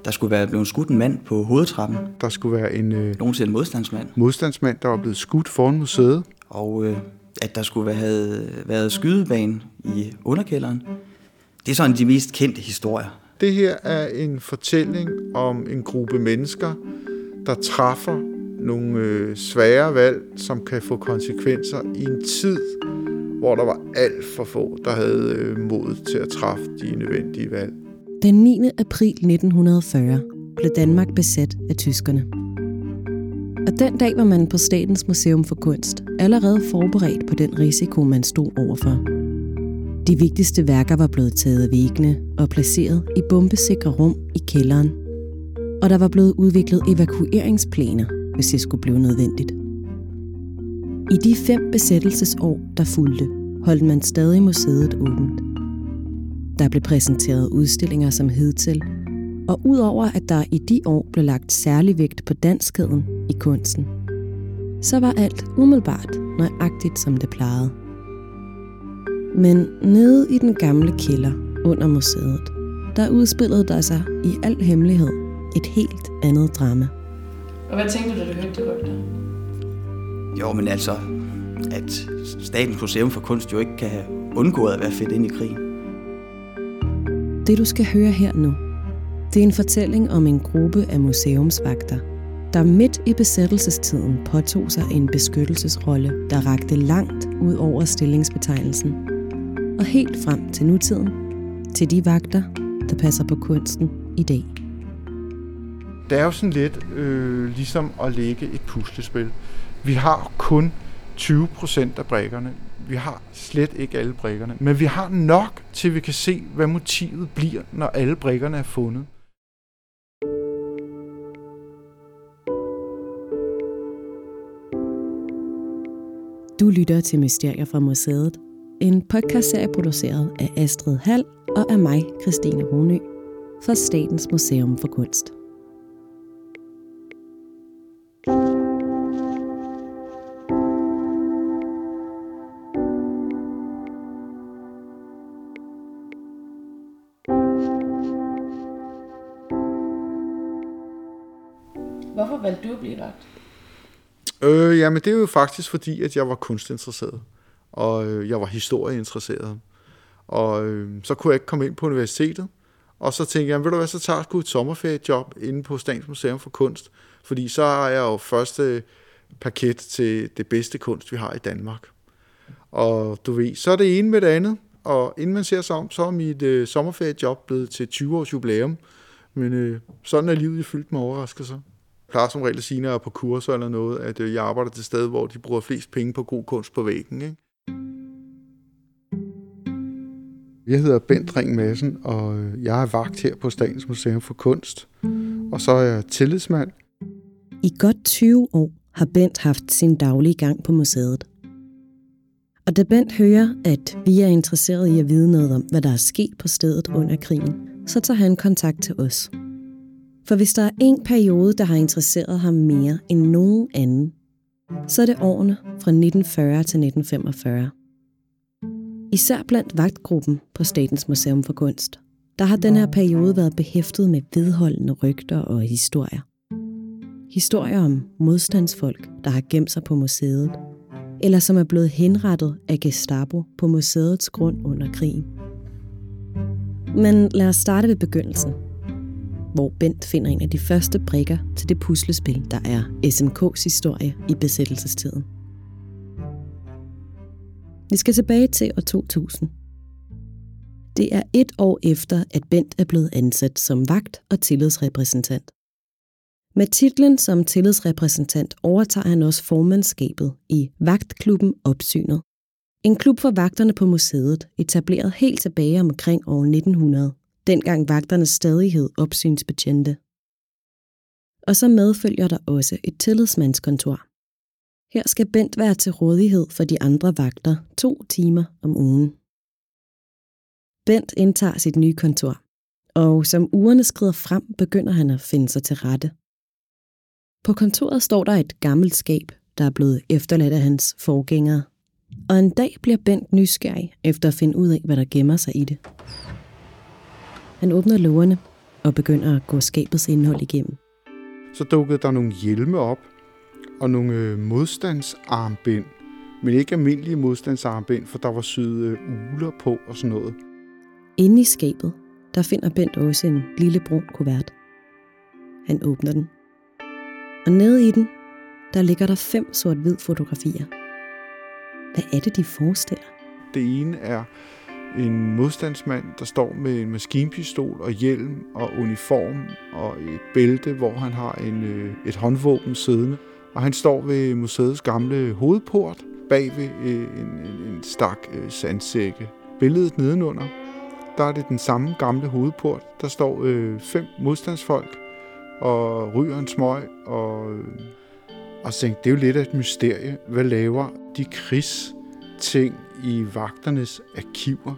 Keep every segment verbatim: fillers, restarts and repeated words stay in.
Der skulle være blevet skudt en mand på hovedtrappen. Der skulle være en... Øh, Nogen siger en modstandsmand. Modstandsmand, der var blevet skudt foran museet. Og øh, at der skulle være, have været skydebane i underkælderen. Det er sådan de mest kendte historier. Det her er en fortælling om en gruppe mennesker, der træffer nogle øh, svære valg, som kan få konsekvenser i en tid, hvor der var alt for få, der havde øh, mod til at træffe de nødvendige valg. Den niende april nitten fyrre blev Danmark besat af tyskerne. Og den dag var man på Statens Museum for Kunst allerede forberedt på den risiko, man stod overfor. De vigtigste værker var blevet taget af væggene og placeret i bombesikre rum i kælderen. Og der var blevet udviklet evakueringsplaner, hvis det skulle blive nødvendigt. I de fem besættelsesår, der fulgte, holdt man stadig museet åbent. Der blev præsenteret udstillinger som hidtil, og udover at der i de år blev lagt særlig vægt på danskheden i kunsten, så var alt umiddelbart nøjagtigt som det plejede. Men nede i den gamle kælder under museet, der udspillede der sig i al hemmelighed et helt andet drama. Og hvad tænkte du, da du hørte de rygter? Jo, men altså, at Statens Museum for Kunst jo ikke kan have undgået at være fedt ind i krigen. Det du skal høre her nu, det er en fortælling om en gruppe af museumsvagter, der midt i besættelsestiden påtog sig en beskyttelsesrolle, der rakte langt ud over stillingsbetegnelsen, og helt frem til nutiden, til de vagter, der passer på kunsten i dag. Det er jo sådan lidt øh, ligesom at lægge et puslespil. Vi har kun tyve procent af brikkerne. Vi har slet ikke alle brikkerne. Men vi har nok, til vi kan se, hvad motivet bliver, når alle brikkerne er fundet. Du lytter til Mysterier fra Museet, en podcastserie produceret af Astrid Hall og af mig, Christine Ronø, for Statens Museum for Kunst. Hvorfor valgte du at blive vagt? Øh, jamen det er jo faktisk fordi, at jeg var kunstinteresseret, og øh, jeg var historieinteresseret. Og øh, så kunne jeg ikke komme ind på universitetet, og så tænkte jeg, ved du hvad, så tager jeg sgu et sommerferiejob inde på Statens Museum for Kunst, fordi så har jeg jo første paket til det bedste kunst, vi har i Danmark. Og du ved, så er det ene med det andet, og inden man ser sig om, så er mit øh, sommerferiejob blevet til tyve års jubilæum, men øh, sådan er livet fyldt med overraskelser. Jeg plejer som regel at sige, når jeg er på kurser eller noget, at jeg arbejder til sted, hvor de bruger flest penge på god kunst på væggen. Ikke? Jeg hedder Bent Ring Madsen, og jeg er vagt her på Statens Museum for Kunst. Og så er jeg tillidsmand. I godt tyve år har Bent haft sin daglige gang på museet. Og da Bent hører, at vi er interesseret i at vide noget om, hvad der er sket på stedet under krigen, så tager han kontakt til os. For hvis der er en periode, der har interesseret ham mere end nogen anden, så er det årene fra nitten fyrre til nitten femogfyrre. Især blandt vagtgruppen på Statens Museum for Kunst, der har den her periode været behæftet med vedholdende rygter og historier. Historier om modstandsfolk, der har gemt sig på museet, eller som er blevet henrettet af Gestapo på museets grund under krigen. Men lad os starte ved begyndelsen, hvor Bent finder en af de første brikker til det puslespil, der er S M K's historie i besættelsestiden. Vi skal tilbage til år to tusind. Det er et år efter, at Bent er blevet ansat som vagt- og tillidsrepræsentant. Med titlen som tillidsrepræsentant overtager han også formandskabet i Vagtklubben Opsynet. En klub for vagterne på museet, etableret helt tilbage omkring år nitten hundrede. Dengang vagterne stadig hed opsynsbetjente. Og så medfølger der også et tillidsmandskontor. Her skal Bent være til rådighed for de andre vagter to timer om ugen. Bent indtager sit nye kontor, og som ugerne skrider frem, begynder han at finde sig til rette. På kontoret står der et gammelt skab, der er blevet efterladt af hans forgængere, og en dag bliver Bent nysgerrig efter at finde ud af, hvad der gemmer sig i det. Han åbner lågerne og begynder at gå skabets indhold igennem. Så dukkede der nogle hjelme op, og nogle øh, modstandsarmbind, men ikke almindelige modstandsarmbind, for der var syet øh, uler på og sådan noget. Inde i skabet, der finder Bent også en lille brun kuvert. Han åbner den. Og nede i den, der ligger der fem sort-hvid fotografier. Hvad er det, de forestiller? Det ene er en modstandsmand, der står med en maskinpistol og hjelm og uniform og et bælte, hvor han har en, øh, et håndvåben siddende. Og han står ved museets gamle hovedport, bag ved øh, en, en, en stak øh, sandsække. Billedet nedenunder, der er det den samme gamle hovedport. Der står øh, fem modstandsfolk og ryger en smøg. Og, øh, og så tænkte, det er jo lidt af et mysterie. Hvad laver de krigsting i vagternes arkiver?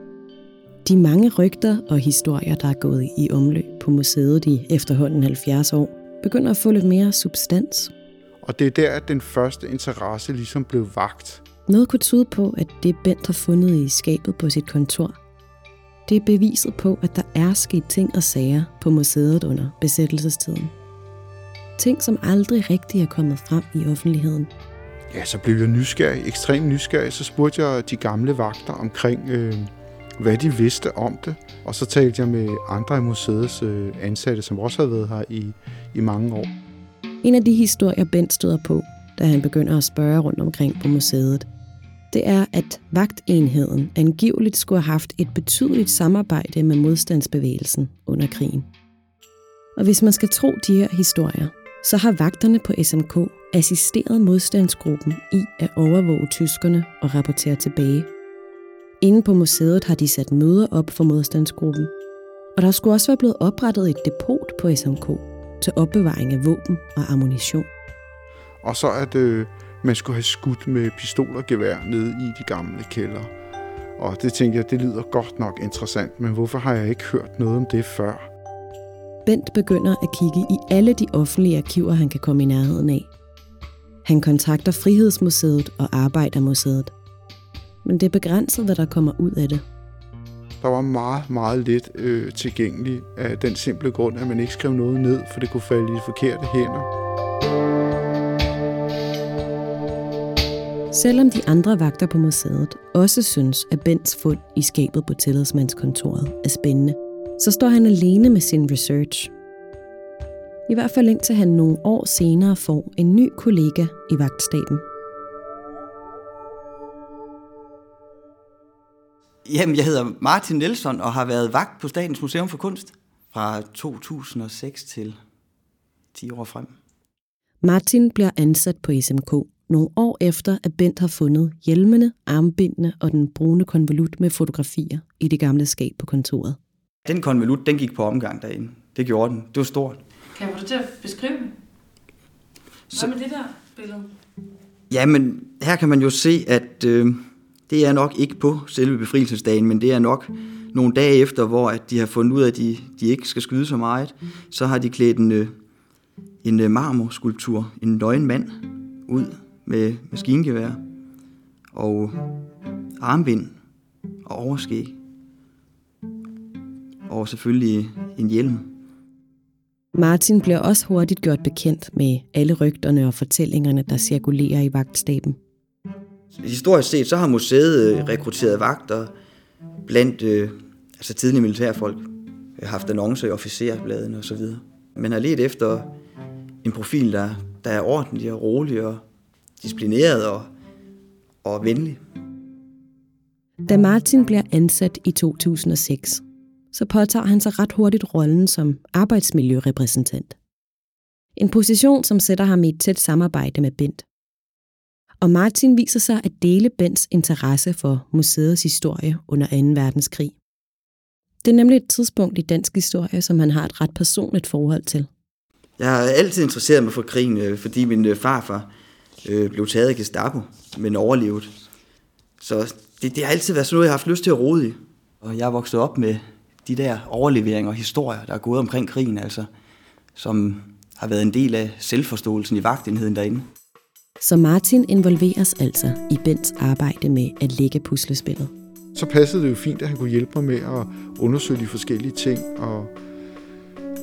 De mange rygter og historier, der er gået i omløb på museet i efterhånden halvfjerds år, begynder at få lidt mere substans. Og det er der, at den første interesse ligesom blev vakt. Noget kunne tyde på, at det Bent har fundet i skabet på sit kontor, det er beviset på, at der er sket ting og sager på museet under besættelsestiden. Ting, som aldrig rigtig er kommet frem i offentligheden. Ja, så blev jeg nysgerrig, ekstremt nysgerrig. Så spurgte jeg de gamle vagter omkring, øh, hvad de vidste om det. Og så talte jeg med andre af museets øh, ansatte, som også havde været her i, i mange år. En af de historier, Bent støder på, da han begynder at spørge rundt omkring på museet, det er, at vagtenheden angiveligt skulle have haft et betydeligt samarbejde med modstandsbevægelsen under krigen. Og hvis man skal tro de her historier, så har vagterne på S M K assisteret modstandsgruppen i at overvåge tyskerne og rapportere tilbage. Inde på museet har de sat møder op for modstandsgruppen, og der skulle også være blevet oprettet et depot på S M K til opbevaring af våben og ammunition. Og så at øh, man skulle have skudt med pistol og gevær nede i de gamle kælder. Og det tænkte jeg, det lyder godt nok interessant, men hvorfor har jeg ikke hørt noget om det før? Bent begynder at kigge i alle de offentlige arkiver, han kan komme i nærheden af. Han kontakter Frihedsmuseet og Arbejdermuseet. Men det er begrænset, hvad der kommer ud af det. Der var meget, meget lidt øh, tilgængeligt af den simple grund, at man ikke skrev noget ned, for det kunne falde i de forkerte hænder. Selvom de andre vagter på museet også synes, at Bents fund i skabet på tillidsmandskontoret er spændende, så står han alene med sin research. I hvert fald indtil han nogle år senere får en ny kollega i vagtstaben. Jamen, jeg hedder Martin Nielsen og har været vagt på Statens Museum for Kunst fra to tusind og seks til ti år frem. Martin bliver ansat på S M K nogle år efter, at Bent har fundet hjelmene, armbindene og den brune konvolut med fotografier i det gamle skab på kontoret. Den konvolut, den gik på omgang derinde. Det gjorde den. Det var stort. Kan jeg få dig til at beskrive det? Hvad med det der billede? Jamen, her kan man jo se, at øh, det er nok ikke på selve befrielsesdagen, men det er nok nogle dage efter, hvor at de har fundet ud af, at de, de ikke skal skyde så meget. Så har de klædt en, en marmorskulptur, en nøgen mand, ud med maskingevær og armbind og overskæg. Og selvfølgelig en hjelm. Martin bliver også hurtigt gjort bekendt med alle rygterne og fortællingerne, der cirkulerer i vagtstaben. Historisk set så har museet rekrutteret vagter blandt øh, altså tidlige militærfolk, haft annoncer i officerbladene og så videre. Man har let efter en profil, der, der er ordentlig og rolig og disciplineret og, og venlig. Da Martin bliver ansat i to tusind og seks, så påtager han sig ret hurtigt rollen som arbejdsmiljørepræsentant. En position, som sætter ham i et tæt samarbejde med Bent. Og Martin viser sig at dele Bents interesse for museets historie under anden verdenskrig. Det er nemlig et tidspunkt i dansk historie, som han har et ret personligt forhold til. Jeg har altid interesseret mig for krigen, fordi min farfar blev taget af Gestapo, men overlevede. Så det, det har altid været sådan noget, jeg har haft lyst til at rode i. Og jeg er vokset op med de der overleveringer og historier, der er gået omkring krigen, altså, som har været en del af selvforståelsen i vagtenheden derinde. Så Martin involveres altså i Bents arbejde med at lægge puslespillet. Så passede det jo fint, at han kunne hjælpe mig med at undersøge de forskellige ting og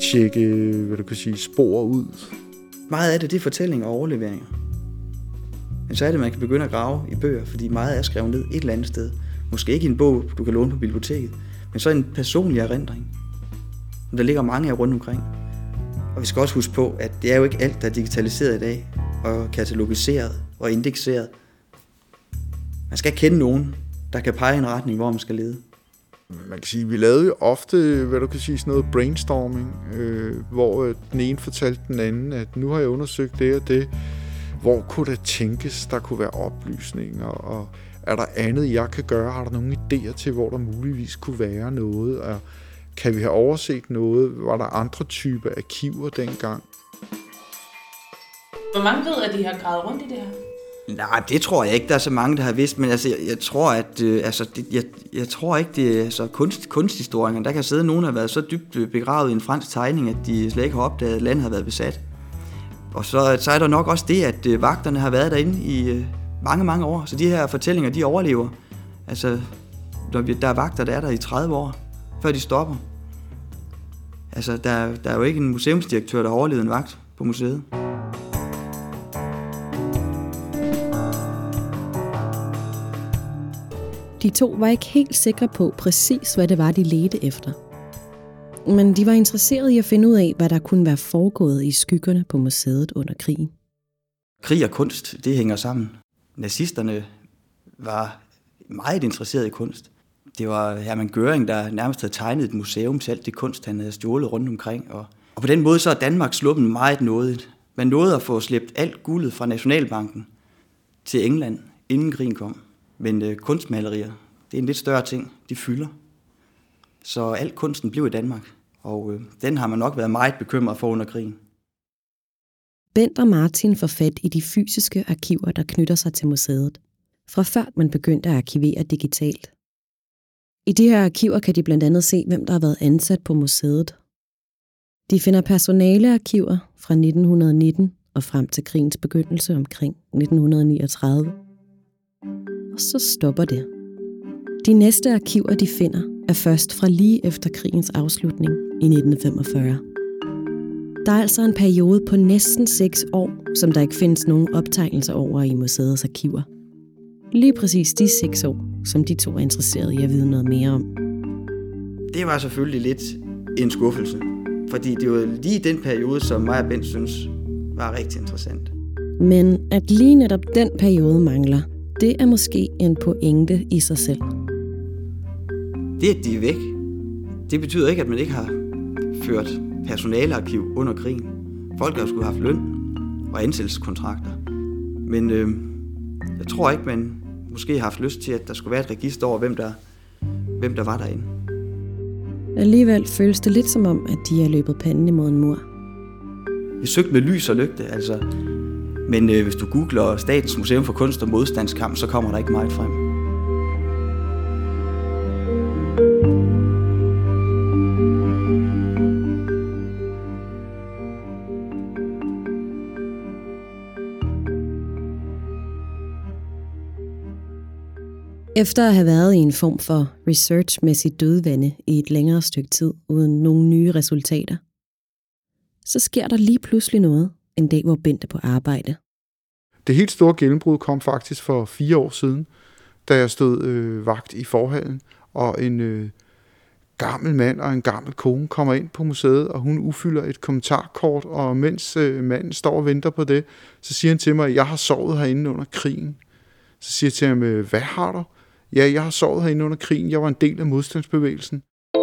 tjekke, hvad du kan sige, spor ud. Meget af det, det er fortællinger og overleveringer. Men så er det, man kan begynde at grave i bøger, fordi meget er skrevet ned et eller andet sted. Måske ikke i en bog, du kan låne på biblioteket, men så en personlig erindring. Der ligger mange af rundt omkring. Og vi skal også huske på, at det er jo ikke alt, der er digitaliseret i dag, og katalogiseret og indekseret. Man skal kende nogen, der kan pege en retning, hvor man skal lede. Man kan sige, vi lavede jo ofte, hvad du kan sige, sådan noget brainstorming, øh, hvor den ene fortalte den anden, at nu har jeg undersøgt det og det. Hvor kunne det tænkes, der kunne være oplysninger, og er der andet, jeg kan gøre? Har der nogle idéer til, hvor der muligvis kunne være noget? Og kan vi have overset noget? Var der andre typer arkiver dengang? Hvor mange ved, at de har gravet rundt i det her? Nej, det tror jeg ikke, der er så mange, der har vidst, men altså, jeg, jeg tror, at øh, altså, det, jeg, jeg tror ikke, det er så kunst, kunsthistorikere. Der kan sidde nogen, der har været så dybt begravet i en fransk tegning, at de slet ikke har opdaget, at landet har været besat. Og så, så er der nok også det, at øh, vagterne har været derinde i øh, mange, mange år. Så de her fortællinger, de overlever. Altså, når vi, der er vagter, der er der i tredive år, før de stopper. Altså, der, der er jo ikke en museumsdirektør, der har overlevet en vagt på museet. De to var ikke helt sikre på præcis, hvad det var, de ledte efter. Men de var interesserede i at finde ud af, hvad der kunne være foregået i skyggerne på museet under krigen. Krig og kunst, det hænger sammen. Nazisterne var meget interesserede i kunst. Det var Hermann Göring, der nærmest havde tegnet et museum til alt det kunst, han havde stjålet rundt omkring. Og, og på den måde så er Danmark sluppet meget nådigt. Man nåede at få slæbt alt guldet fra Nationalbanken til England, inden krigen kom. Men øh, kunstmalerier, det er en lidt større ting, de fylder. Så al kunsten blev i Danmark, og øh, den har man nok været meget bekymret for under krigen. Bent og Martin får fat i de fysiske arkiver, der knytter sig til museet, fra før man begyndte at arkivere digitalt. I de her arkiver kan de blandt andet se, hvem der har været ansat på museet. De finder personalearkiver fra nitten nitten og frem til krigens begyndelse omkring nitten niogtredive. Og så stopper det. De næste arkiver, de finder, er først fra lige efter krigens afslutning i nitten femogfyrre. Der er altså en periode på næsten seks år, som der ikke findes nogen optegnelser over i museets arkiver. Lige præcis de seks år, som de to er interesserede i at vide noget mere om. Det var selvfølgelig lidt en skuffelse, fordi det var lige den periode, som mig og Bent synes var rigtig interessant. Men at lige netop den periode mangler, det er måske en pointe i sig selv. Det, at de er væk, det betyder ikke, at man ikke har ført personalearkiv under krigen. Folk har sgu haft løn og ansættelseskontrakter. Men øh, jeg tror ikke, man måske har haft lyst til, at der skulle være et register over, hvem der, hvem der var derinde. Alligevel føles det lidt som om, at de er løbet panden imod en mur. Vi søgte med lys og lygte, altså. Men øh, hvis du googler Statens Museum for Kunst og Modstandskamp, så kommer der ikke meget frem. Efter at have været i en form for researchmæssig dødvande i et længere stykke tid uden nogen nye resultater, så sker der lige pludselig noget en dag, hvor Bent er på arbejde. Det helt store gennembrud kom faktisk for fire år siden, da jeg stod øh, vagt i forhallen, og en øh, gammel mand og en gammel kone kommer ind på museet, og hun udfylder et kommentarkort, og mens øh, manden står og venter på det, så siger han til mig, at jeg har sovet herinde under krigen. Så siger jeg til ham, hvad har du? Ja, jeg har sovet herinde under krigen. Jeg var en del af modstandsbevægelsen.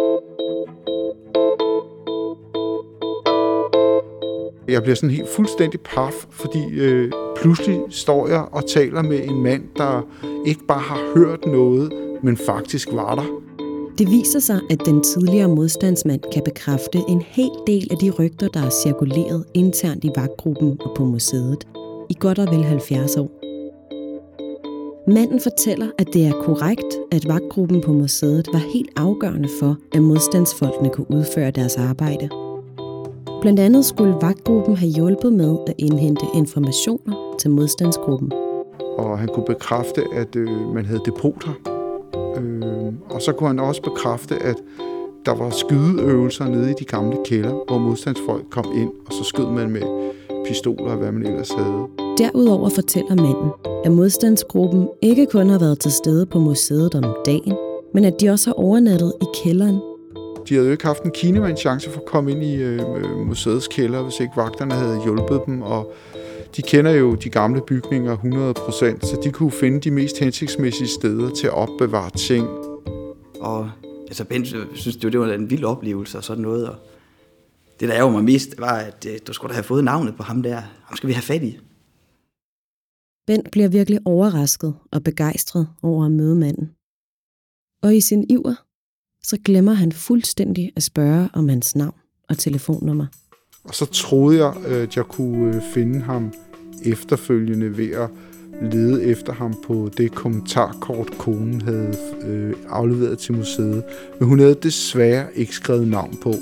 Jeg bliver sådan helt fuldstændig paf, fordi øh, pludselig står jeg og taler med en mand, der ikke bare har hørt noget, men faktisk var der. Det viser sig, at den tidligere modstandsmand kan bekræfte en hel del af de rygter, der er cirkuleret internt i vagtgruppen og på museet i godt og vel halvfjerds år. Manden fortæller, at det er korrekt, at vagtgruppen på museet var helt afgørende for, at modstandsfolkene kunne udføre deres arbejde. Blandt andet skulle vagtgruppen have hjulpet med at indhente informationer til modstandsgruppen. Og han kunne bekræfte, at øh, man havde depoter. Øh, og så kunne han også bekræfte, at der var skydeøvelser nede i de gamle kælder, hvor modstandsfolk kom ind, og så skød man med pistoler og hvad man ellers havde. Derudover fortæller manden, at modstandsgruppen ikke kun har været til stede på museet om dagen, men at de også har overnattet i kælderen. De havde jo ikke haft en kinemands chance for at komme ind i øh, museets kælder, hvis ikke vagterne havde hjulpet dem, og de kender jo de gamle bygninger hundrede procent, så de kunne finde de mest hensigtsmæssige steder til at opbevare ting. Og altså, Bent synes, det var en vild oplevelse og sådan noget, og det, der ærger mig mest, var, at du skulle da have fået navnet på ham der. Ham skal vi have fat i. Bent bliver virkelig overrasket og begejstret over at møde manden. Og i sin iver, så glemmer han fuldstændig at spørge om hans navn og telefonnummer. Og så troede jeg, at jeg kunne finde ham efterfølgende ved at lede efter ham på det kommentarkort, konen havde øh, afleveret til museet. Men hun havde desværre ikke skrevet navn på.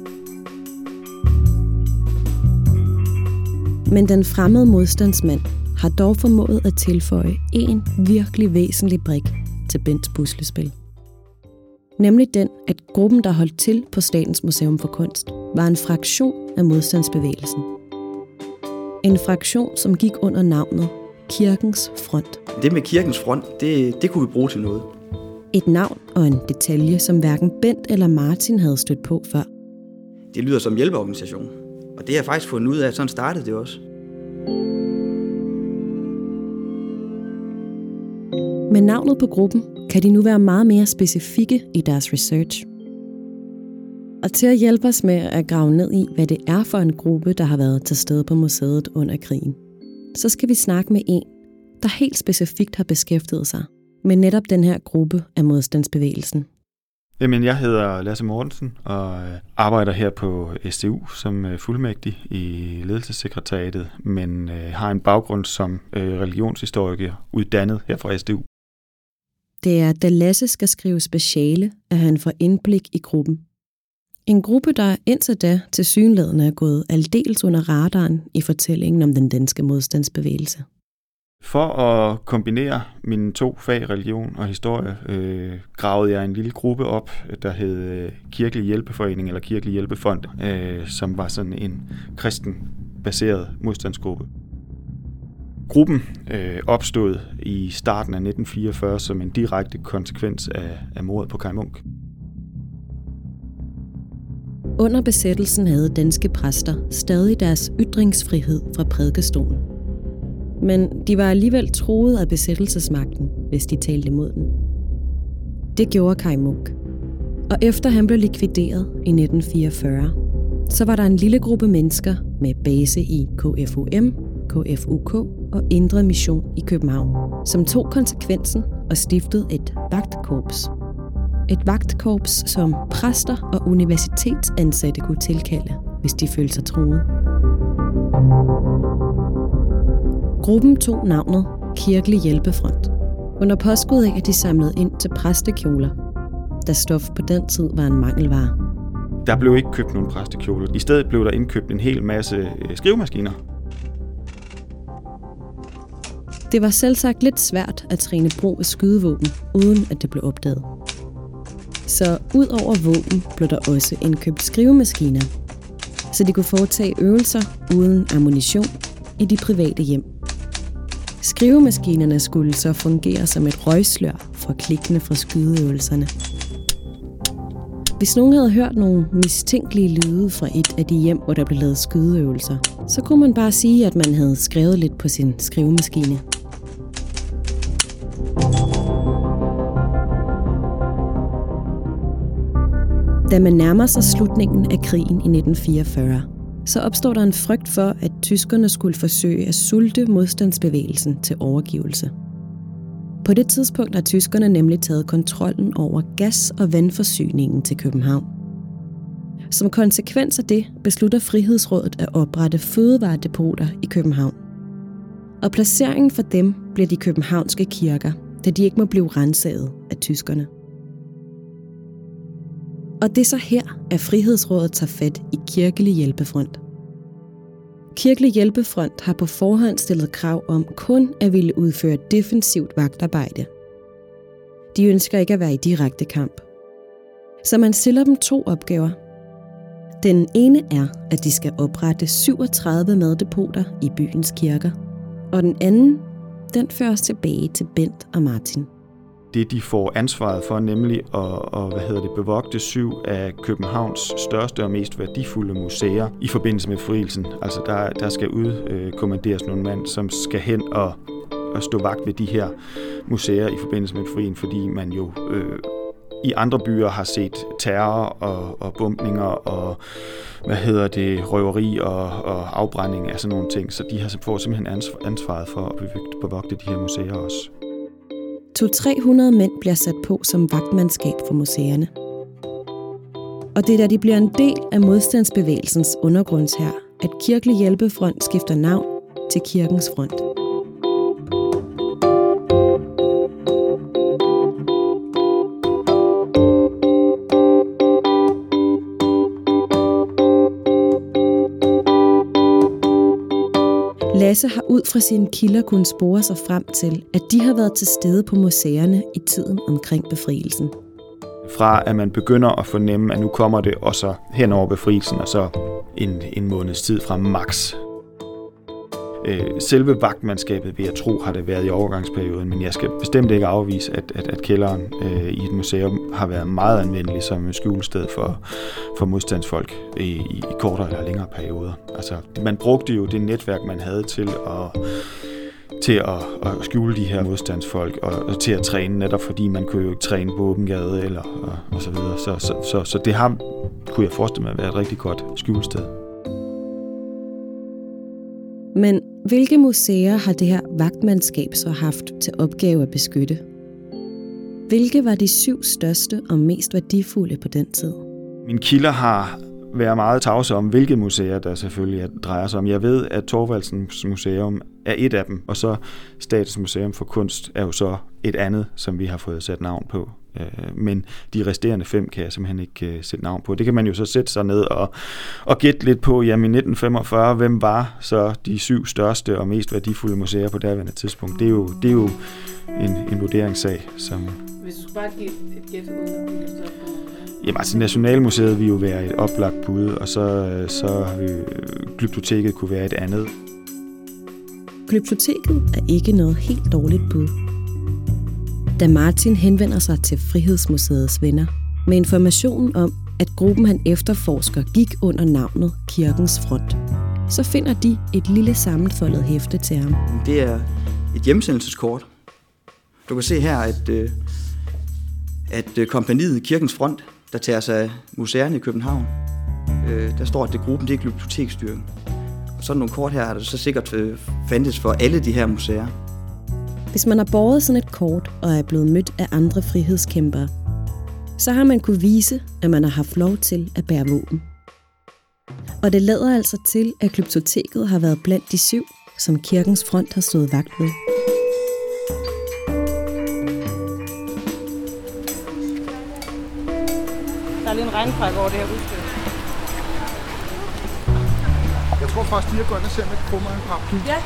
Men den fremmede modstandsmand har dog formået at tilføje en virkelig væsentlig brik til Bents puslespil. Nemlig den, at gruppen, der holdt til på Statens Museum for Kunst, var en fraktion af modstandsbevægelsen. En fraktion, som gik under navnet Kirkens Front. Det med Kirkens Front, det, det kunne vi bruge til noget. Et navn og en detalje, som hverken Bent eller Martin havde stødt på før. Det lyder som hjælpeorganisation, og det har jeg faktisk fundet ud af, at sådan startede det også. Med navnet på gruppen kan de nu være meget mere specifikke i deres research. Og til at hjælpe os med at grave ned i, hvad det er for en gruppe, der har været til stede på museet under krigen, så skal vi snakke med en, der helt specifikt har beskæftiget sig med netop den her gruppe af modstandsbevægelsen. Jamen, jeg hedder Lasse Mortensen og arbejder her på S D U som fuldmægtig i ledelsessekretariatet, men har en baggrund som religionshistoriker uddannet her fra S D U. Det er, da Lasse skal skrive speciale, at han får indblik i gruppen. En gruppe, der indtil da tilsyneladende er gået aldeles under radaren i fortællingen om den danske modstandsbevægelse. For at kombinere mine to fag, religion og historie, øh, gravede jeg en lille gruppe op, der hed Kirkelig Hjælpeforening eller Kirkelig Hjælpefond, øh, som var sådan en kristen-baseret modstandsgruppe. Gruppen øh, opstod i starten af nitten fireogfyrre som en direkte konsekvens af, af mordet på Kaj Munk. Under besættelsen havde danske præster stadig deres ytringsfrihed fra prædikestolen. Men de var alligevel truet af besættelsesmagten, hvis de talte imod den. Det gjorde Kaj Munk. Og efter han blev likvideret i nitten fireogfyrre, så var der en lille gruppe mennesker med base i K F U M, K F U K og Indre Mission i København, som tog konsekvensen og stiftede et vagtkorps. Et vagtkorps, som præster og universitetsansatte kunne tilkalde, hvis de følte sig truet. Gruppen tog navnet Kirkelig Hjælpefront, under påskud af, at de samlede ind til præstekjoler, da stof på den tid var en mangelvare. Der blev ikke købt nogen præstekjoler. I stedet blev der indkøbt en hel masse skrivemaskiner. Det var selvsagt lidt svært at træne brug af skydevåben, uden at det blev opdaget. Så ud over våben blev der også indkøbt skrivemaskiner, så de kunne foretage øvelser uden ammunition i de private hjem. Skrivemaskinerne skulle så fungere som et røgslør for klikkene fra skydeøvelserne. Hvis nogen havde hørt nogle mistænkelige lyde fra et af de hjem, hvor der blev lavet skydeøvelser, så kunne man bare sige, at man havde skrevet lidt på sin skrivemaskine. Da man nærmer sig slutningen af krigen i nitten fireogfyrre, så opstår der en frygt for, at tyskerne skulle forsøge at sulte modstandsbevægelsen til overgivelse. På det tidspunkt har tyskerne nemlig taget kontrollen over gas- og vandforsyningen til København. Som konsekvens af det beslutter Frihedsrådet at oprette fødevaredepoter i København. Og placeringen for dem bliver de københavnske kirker, da de ikke må blive renset af tyskerne. Og det er så her, at Frihedsrådet tager fat i Kirkelig Hjælpefront. Kirkelig Hjælpefront har på forhånd stillet krav om kun at ville udføre defensivt vagtarbejde. De ønsker ikke at være i direkte kamp. Så man stiller dem to opgaver. Den ene er, at de skal oprette syvogtredive maddepoter i byens kirker. Og den anden, den føres tilbage til Bent og Martin. Det, de får ansvaret for, nemlig at, at hvad hedder det, bevogte syv af Københavns største og mest værdifulde museer i forbindelse med befrielsen. Altså der, der skal udkommanderes nogle mand, som skal hen og, og stå vagt ved de her museer i forbindelse med befrielsen, fordi man jo øh, i andre byer har set terror og, og bombninger og hvad hedder det, røveri og, og afbrænding af sådan nogle ting. Så de har får simpelthen ansvaret for at bevogte de her museer også. to til tre hundrede mænd bliver sat på som vagtmandskab for museerne. Og det er da de bliver en del af modstandsbevægelsens undergrundshær, at Kirkelig Hjælpefront skifter navn til Kirkens Front. Lasse har ud fra sine kilder kunnet spore sig frem til, at de har været til stede på museerne i tiden omkring befrielsen. Fra at man begynder at fornemme, at nu kommer det, og så hen over befrielsen, og så en, en måneds tid fra max. Selve vagtmandskabet, vil jeg tro, har det været i overgangsperioden, men jeg skal bestemt ikke afvise, at, at, at kælderen øh, i et museum har været meget anvendelig som skjulested for, for modstandsfolk i, i kortere eller længere perioder. Altså, man brugte jo det netværk, man havde til at, til at, at skjule de her modstandsfolk, og, og til at træne, netop fordi man kunne jo ikke træne på åben gade, eller, og, og så videre. Så, så, så, så det har, kunne jeg forestille mig, at være et rigtig godt skjulested. Men hvilke museer har det her vagtmandskab så haft til opgave at beskytte? Hvilke var de syv største og mest værdifulde på den tid? Mine kilder har været meget tavse om, hvilke museer der selvfølgelig drejer sig om. Jeg ved, at Thorvaldsens Museum er et af dem, og så Statens Museum for Kunst er jo så et andet, som vi har fået sat navn på. Men de resterende fem kan jeg simpelthen ikke sætte navn på. Det kan man jo så sætte sig ned og, og gætte lidt på. Jamen i nitten femogfyrre, hvem var så de syv største og mest værdifulde museer på daværende tidspunkt? Det er jo, det er jo en, en vurderingssag. Som Hvis du skulle bare give et gæt ud af det, jamen altså Nationalmuseet vil jo være et oplagt bud, og så, så vil Glyptoteket kunne være et andet. Glyptoteket er ikke noget helt dårligt bud. Da Martin henvender sig til Frihedsmuseets venner med informationen om, at gruppen han efterforsker gik under navnet Kirkens Front, så finder de et lille sammenfoldet hæfte til ham. Det er et hjemsendelseskort. Du kan se her, at, at kompagniet Kirkens Front, der tager sig af museerne i København, der står, at det gruppen det er Glyptotekstyrken. Og sådan nogle kort her har der så sikkert fandtes for alle de her museer. Hvis man har båret sådan et kort og er blevet mødt af andre frihedskæmpere, så har man kunne vise, at man har haft lov til at bære våben. Og det lader altså til, at Glyptoteket har været blandt de syv, som Kirkens Front har stået vagt ved. Der er lige en regnpakke over det her udstyr. Jeg tror faktisk lige at gå ind og se, om jeg kan få mig en paraply. Ja.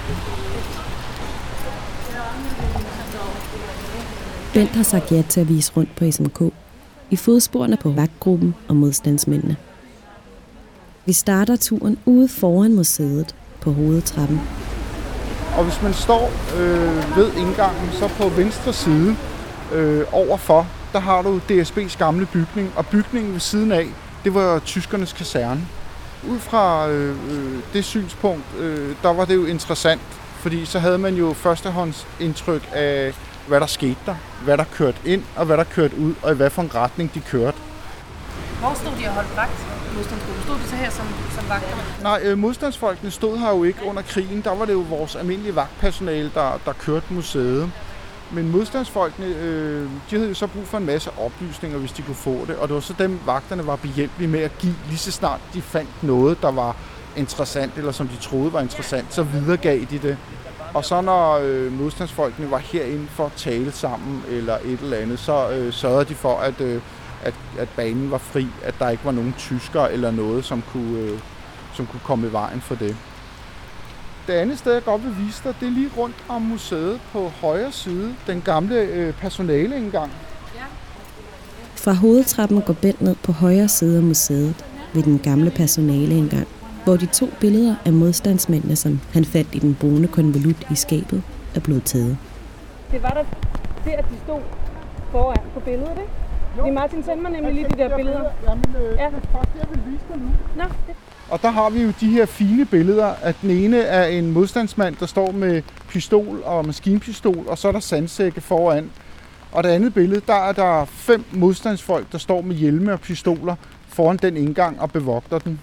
Bent har sagt ja til at vise rundt på S M K, i fodsporene på vagtgruppen og modstandsmændene. Vi starter turen ude foran museet på hovedtrappen. Og hvis man står øh, ved indgangen, så på venstre side øh, overfor, der har du D S B's gamle bygning, og bygningen ved siden af, det var tyskernes kaserne. Ud fra øh, det synspunkt, øh, der var det jo interessant, fordi så havde man jo førstehåndsindtryk af, hvad der skete der, hvad der kørte ind og hvad der kørte ud, og i hvad for en retning de kørte. Hvor stod de og holdt vagt? Modstandsgruppen? Stod de så her som, som vagter? Nej, øh, modstandsfolkene stod her jo ikke under krigen. Der var det jo vores almindelige vagtpersonale, der, der kørte museet. Men modstandsfolkene, øh, de havde jo så brug for en masse oplysninger, hvis de kunne få det. Og det var så dem, vagterne var behjælpelige med at give, lige så snart de fandt noget, der var interessant, eller som de troede var interessant, så videregav de det. Og så når øh, modstandsfolkene var herinde for at tale sammen, eller et eller andet, så øh, sørgede de for, at, øh, at, at banen var fri, at der ikke var nogen tyskere eller noget, som kunne, øh, som kunne komme i vejen for det. Det andet sted, jeg godt vil vise dig, det er lige rundt om museet på højre side, den gamle øh, personaleindgang. Fra hovedtrappen går Bent ned på højre side af museet ved den gamle personaleindgang, hvor de to billeder af modstandsmændene, som han fandt i den brune konvolut i skabet, er blevet taget. Det var der, det at de stod foran på billedet, ikke? Det Martin sendte mig nemlig lige de der billeder. Jamen, øh, ja. Det er faktisk, jeg vil vise dig nu. Nå, det. Og der har vi jo de her fine billeder, at den ene er en modstandsmand, der står med pistol og maskinpistol, og så er der sandsække foran. Og det andet billede, der er der fem modstandsfolk, der står med hjelme og pistoler foran den indgang og bevogter den.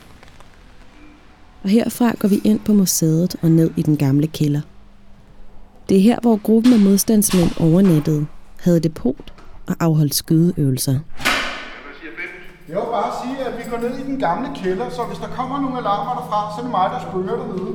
Og herfra går vi ind på museet og ned i den gamle kælder. Det er her, hvor gruppen af modstandsmænd overnattede, havde depot og afholdt skydeøvelser. Jeg vil bare sige, at vi går ned i den gamle kælder, så hvis der kommer nogle alarmer derfra, så er det mig, der spørger dernede.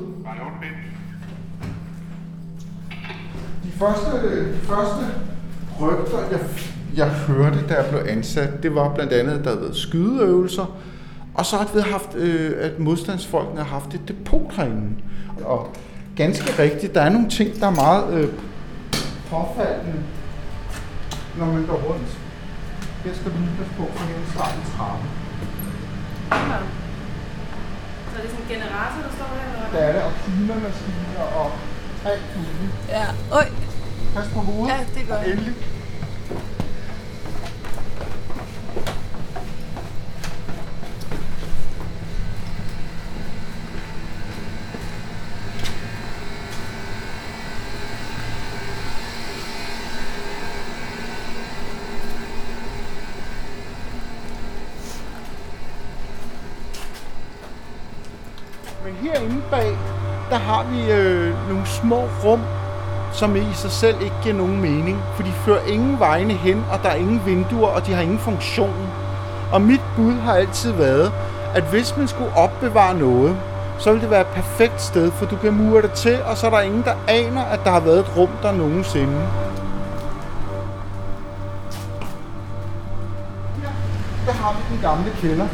De første, de første rygter, jeg, jeg hørte, da jeg blev ansat, det var blandt andet, at der havde været skydeøvelser, og så har vi haft, øh, at modstandsfolkene har haft et depot herinde. Og ganske rigtigt, der er nogle ting, der er meget øh, påfaldende, når man går rundt. Her skal du lige passe på, for her er en trappe. Så er det sådan en generator, der står her? Eller? Der er det, og klimamaskiner og alt muligt. Ja, øj. Pas på hovedet. Ja, det gør jeg. Endelig. Men herinde bag, der har vi øh, nogle små rum, som i sig selv ikke giver nogen mening. For de fører ingen vegne hen, og der er ingen vinduer, og de har ingen funktion. Og mit bud har altid været, at hvis man skulle opbevare noget, så ville det være et perfekt sted, for du kan mure det til, og så er der ingen, der aner, at der har været et rum der nogensinde. Her, der har vi den gamle kælder.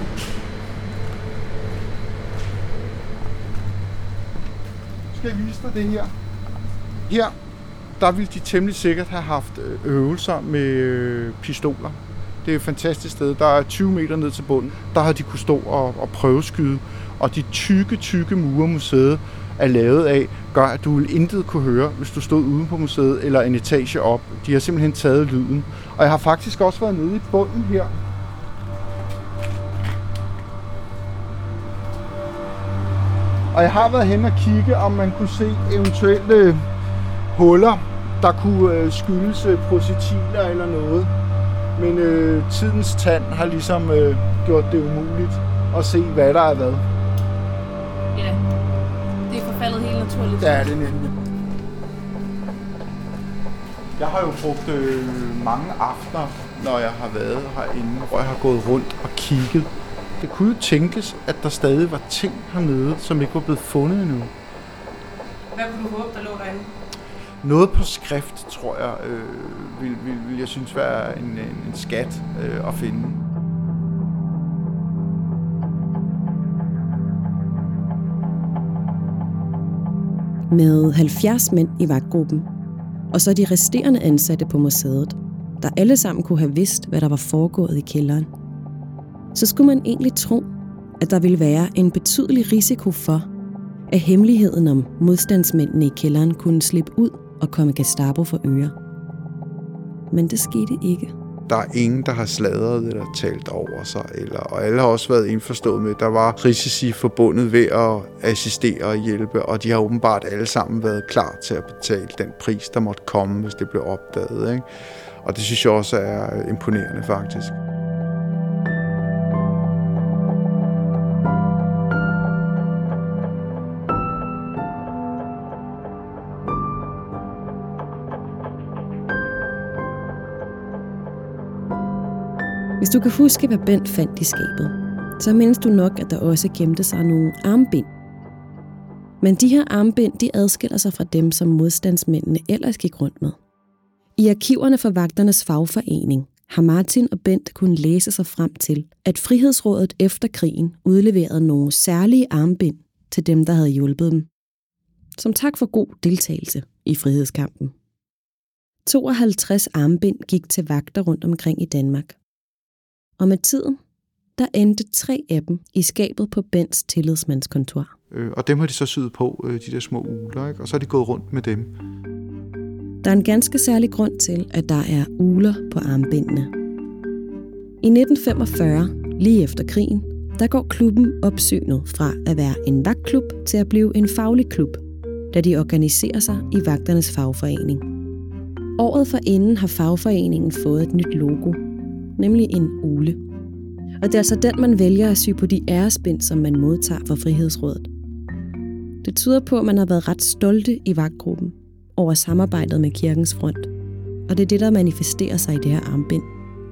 Skal jeg vise dig det her? Her, der ville de temmelig sikkert have haft øvelser med pistoler. Det er et fantastisk sted. Der er tyve meter ned til bunden. Der har de kunne stå og, og prøveskyde. Og de tykke, tykke mure, museet er lavet af, gør, at du vil intet kunne høre, hvis du stod uden på museet eller en etage op. De har simpelthen taget lyden. Og jeg har faktisk også været nede i bunden her. Og jeg har været hen og kigge, om man kunne se eventuelle huller, der kunne øh, skyldes øh, projektiler eller noget. Men øh, tidens tand har ligesom øh, gjort det umuligt at se, hvad der er hvad. Ja, det er forfaldet helt naturligt. Ja, det er nemlig. Jeg har jo brugt øh, mange aftener, når jeg har været herinde, hvor jeg har gået rundt og kigget. Det kunne jo tænkes, at der stadig var ting hernede, som ikke var blevet fundet endnu. Hvad kunne du håbe, der lå derinde? Noget på skrift, tror jeg, øh, vil, vil, vil jeg synes være en, en, en skat øh, at finde. Med halvfjerds mænd i vagtgruppen, og så de resterende ansatte på museet, der alle sammen kunne have vidst, hvad der var foregået i kælderen, så skulle man egentlig tro, at der ville være en betydelig risiko for, at hemmeligheden om modstandsmændene i kælderen kunne slippe ud og komme Gestapo for øre. Men det skete ikke. Der er ingen, der har sladret eller talt over sig, eller, og alle har også været indforstået med, at der var risici forbundet ved at assistere og hjælpe, og de har åbenbart alle sammen været klar til at betale den pris, der måtte komme, hvis det blev opdaget, ikke? Og det synes jeg også er imponerende, faktisk. Hvis du kan huske, hvad Bent fandt i skabet, så mindes du nok, at der også gemte sig nogle armbind. Men de her armbind, de adskiller sig fra dem, som modstandsmændene ellers gik rundt med. I arkiverne for vagternes fagforening har Martin og Bent kunnet læse sig frem til, at Frihedsrådet efter krigen udleverede nogle særlige armbind til dem, der havde hjulpet dem. Som tak for god deltagelse i frihedskampen. tooghalvtreds armbind gik til vagter rundt omkring i Danmark. Og med tiden, der endte tre af dem i skabet på Bents tillidsmandskontor. Øh, og dem har de så syet på, øh, de der små uler, ikke? Og så er de gået rundt med dem. Der er en ganske særlig grund til, at der er uler på armbindene. I nitten femogfyrre, lige efter krigen, der går klubben opsynet fra at være en vagtklub til at blive en faglig klub, da de organiserer sig i vagternes fagforening. Året forinden har fagforeningen fået et nyt logo, nemlig en ule. Og det er altså den, man vælger at sy på de æresbind, som man modtager fra Frihedsrådet. Det tyder på, at man har været ret stolte i vagtgruppen over samarbejdet med Kirkens Front. Og det er det, der manifesterer sig i det her armbind.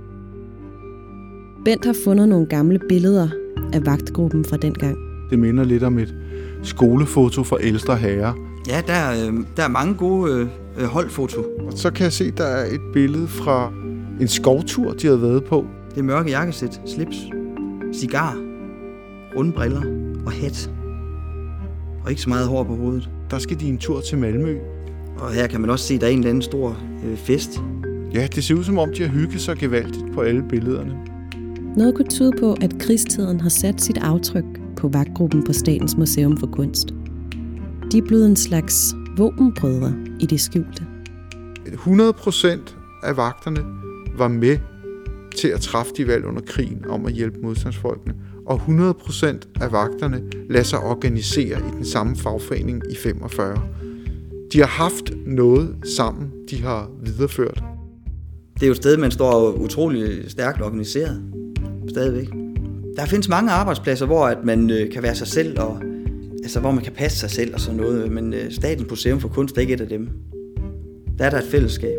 Bent har fundet nogle gamle billeder af vagtgruppen fra dengang. Det minder lidt om et skolefoto for ældre herrer. Ja, der er, øh, der er mange gode øh, holdfoto. Og så kan jeg se, der er et billede fra en skovtur, de havde været på. Det er mørke jakkesæt, slips, cigar, runde briller og hat. Og ikke så meget hår på hovedet. Der skal de en tur til Malmø. Og her kan man også se, at der er en eller anden stor øh, fest. Ja, det ser ud som om, de har hygget sig gevaldigt på alle billederne. Noget kunne tyde på, at krigstiden har sat sit aftryk på vagtgruppen på Statens Museum for Kunst. De er blevet en slags våbenbrødre i det skjulte. hundrede procent af vagterne var med til at træffe de valg under krigen om at hjælpe modstandsfolkene. Og hundrede procent af vagterne lader sig organisere i den samme fagforening i femogfyrre. De har haft noget sammen, de har videreført. Det er jo et sted, man står utrolig stærkt organiseret. Stadigvæk. Der findes mange arbejdspladser, hvor at man øh, kan være sig selv, og altså, hvor man kan passe sig selv og sådan noget. Men øh, Statens Museum for Kunst er ikke et af dem. Der er der et fællesskab.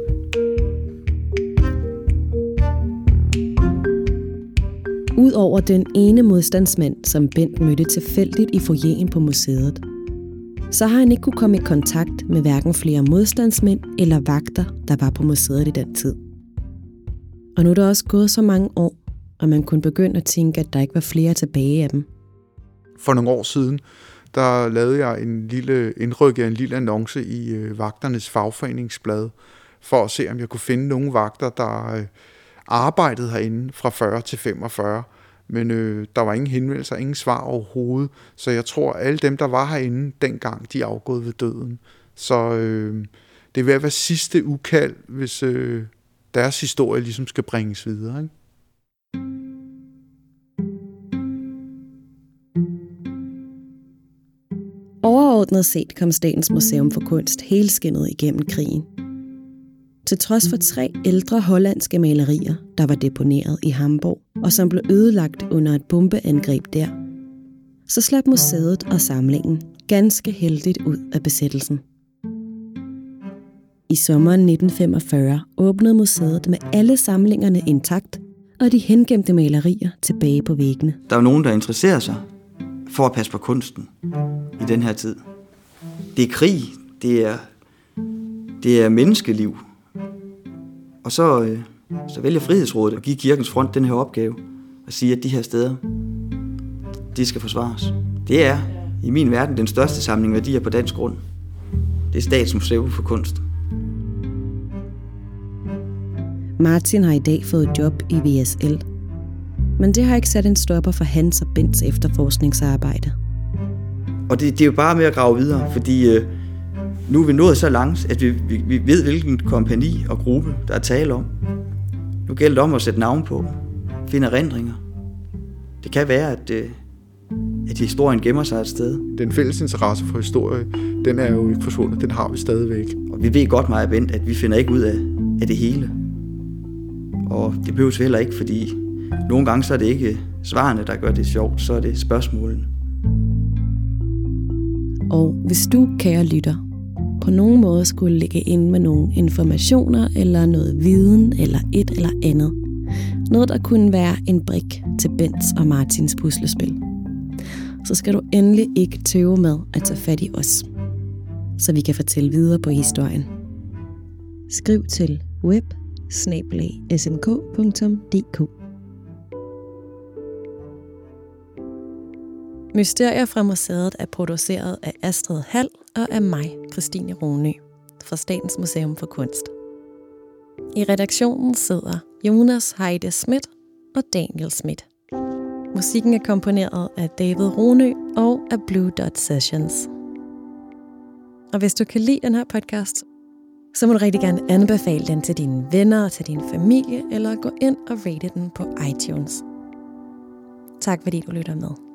Udover den ene modstandsmand, som Bent mødte tilfældigt i foyeren på museet, så har han ikke kunne komme i kontakt med hverken flere modstandsmænd eller vagter, der var på museet i den tid. Og nu er der også gået så mange år, og man kunne begynde at tænke, at der ikke var flere tilbage af dem. For nogle år siden, der lavede jeg en lille, indrykkede en lille annonce i øh, vagternes fagforeningsblad, for at se, om jeg kunne finde nogle vagter, der øh, arbejdede herinde fra fyrre til femogfyrre. Men øh, der var ingen henvendelser, ingen svar overhovedet. Så jeg tror, at alle dem, der var herinde dengang, de er afgået ved døden. Så øh, det er ved at være sidste ukald, hvis øh, deres historie ligesom skal bringes videre, ikke? Overordnet set kom Statens Museum for Kunst helskindet igennem krigen. Til trods for tre ældre hollandske malerier, der var deponeret i Hamburg, og som blev ødelagt under et bombeangreb der, så slap museet og samlingen ganske heldigt ud af besættelsen. I sommeren nitten femogfyrre åbnede museet med alle samlingerne intakt, og de hengemte malerier tilbage på væggene. Der er nogen, der interesserer sig for at passe på kunsten i den her tid. Det er krig, det er, det er menneskeliv. Og så, øh, så vælger Frihedsrådet at give Kirkens Front den her opgave og sige, at de her steder, de skal forsvares. Det er i min verden den største samling værdier på dansk grund. Det er Statens Museum for Kunst. Martin har i dag fået job i V S L. Men det har ikke sat en stopper for hans og Bents efterforskningsarbejde. Og det, det er jo bare med at grave videre, fordi øh, nu er vi nået så langt, at vi, vi, vi ved, hvilken kompagni og gruppe, der er tale om. Nu gælder det om at sætte navn på, finde erindringer. Det kan være, at, øh, at historien gemmer sig et sted. Den fælles interesse for historie, den er jo ikke forsvundet, den har vi stadigvæk. Og vi ved godt meget, Bent, at vi finder ikke ud af, af det hele. Og det behøves heller ikke, fordi nogle gange så er det ikke svarene, der gør det sjovt, så er det spørgsmålene. Og hvis du, kære lytter, på nogen måde skulle ligge inde med nogle informationer, eller noget viden, eller et eller andet, noget der kunne være en brik til Bents og Martins puslespil, så skal du endelig ikke tøve med at tage fat i os, så vi kan fortælle videre på historien. Skriv til web bindestreg s m k punktum d k. Mysterier fra museet er produceret af Astrid Hall og af mig, Christine Ronø, fra Statens Museum for Kunst. I redaktionen sidder Jonas Heide Schmidt, og Daniel Schmidt. Musikken er komponeret af David Ronø og af Blue Dot Sessions. Og hvis du kan lide den her podcast, så må du rigtig gerne anbefale den til dine venner og til din familie, eller gå ind og rate den på iTunes. Tak fordi du lytter med.